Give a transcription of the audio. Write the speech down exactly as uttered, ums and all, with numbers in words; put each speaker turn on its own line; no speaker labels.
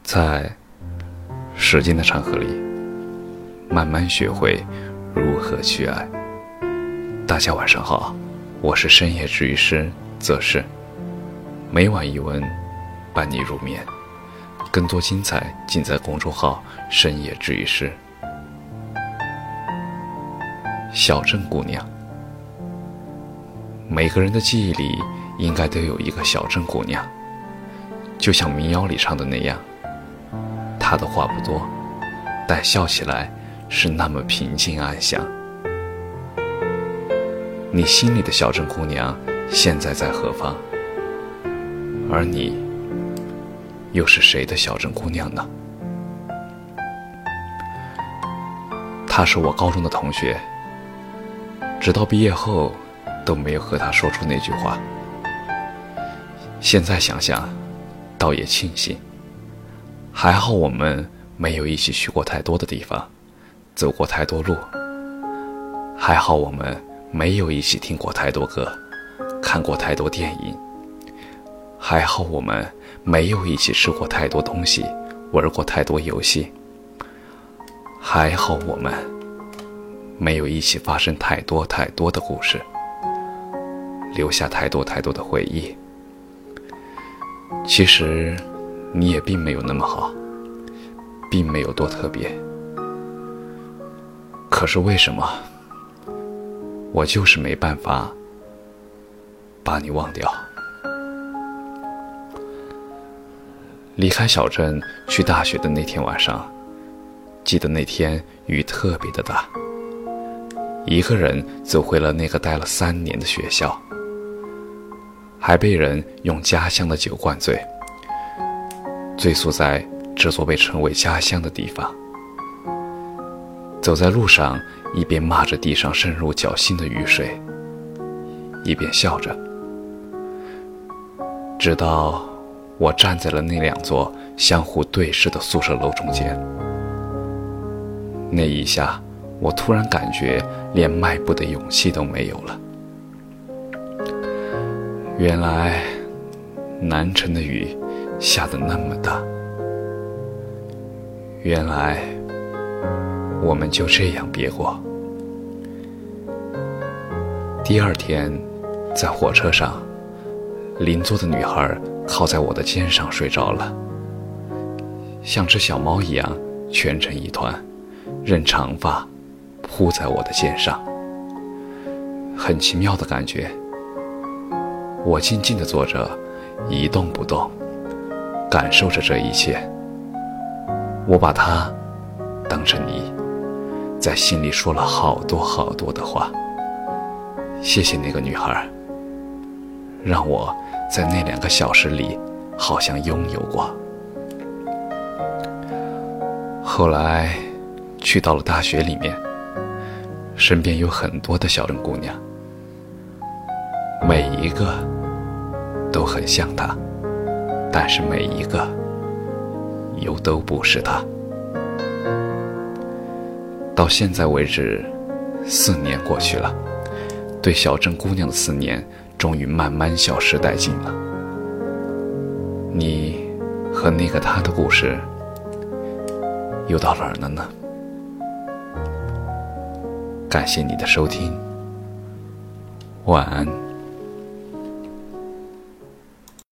在时间的长河里，慢慢学会如何去爱。大家晚上好，我是深夜治愈师则是，每晚一文伴你入眠，更多精彩尽在公众号深夜治愈师。小镇姑娘，每个人的记忆里应该都有一个小镇姑娘，就像民谣里唱的那样，她的话不多，但笑起来是那么平静安详。你心里的小镇姑娘现在在何方？而你又是谁的小镇姑娘呢？她是我高中的同学，直到毕业后都没有和她说出那句话。现在想想倒也庆幸，还好我们没有一起去过太多的地方，走过太多路，还好我们没有一起听过太多歌，看过太多电影，还好我们没有一起吃过太多东西，玩过太多游戏，还好我们没有一起发生太多太多的故事，留下太多太多的回忆。其实你也并没有那么好，并没有多特别，可是为什么我就是没办法把你忘掉？离开小镇去大学的那天晚上，记得那天雨特别的大，一个人走回了那个待了三年的学校，还被人用家乡的酒灌醉，醉宿在这座被称为家乡的地方。走在路上，一边骂着地上渗入脚心的雨水，一边笑着，直到我站在了那两座相互对视的宿舍楼中间。那一下，我突然感觉连迈步的勇气都没有了。原来南城的雨下得那么大，原来我们就这样别过。第二天在火车上，邻座的女孩靠在我的肩上睡着了，像只小猫一样蜷成一团，任长发铺在我的肩上。很奇妙的感觉，我静静地坐着，一动不动，感受着这一切。我把她当成你，在心里说了好多好多的话。谢谢那个女孩，让我在那两个小时里好像拥有过。后来去到了大学里面，身边有很多的小镇姑娘，每一个都很像她，但是每一个又都不是她。到现在为止，四年过去了，对小镇姑娘的思念终于慢慢消失殆尽了。你和那个她的故事又到哪儿了呢？感谢你的收听，晚安。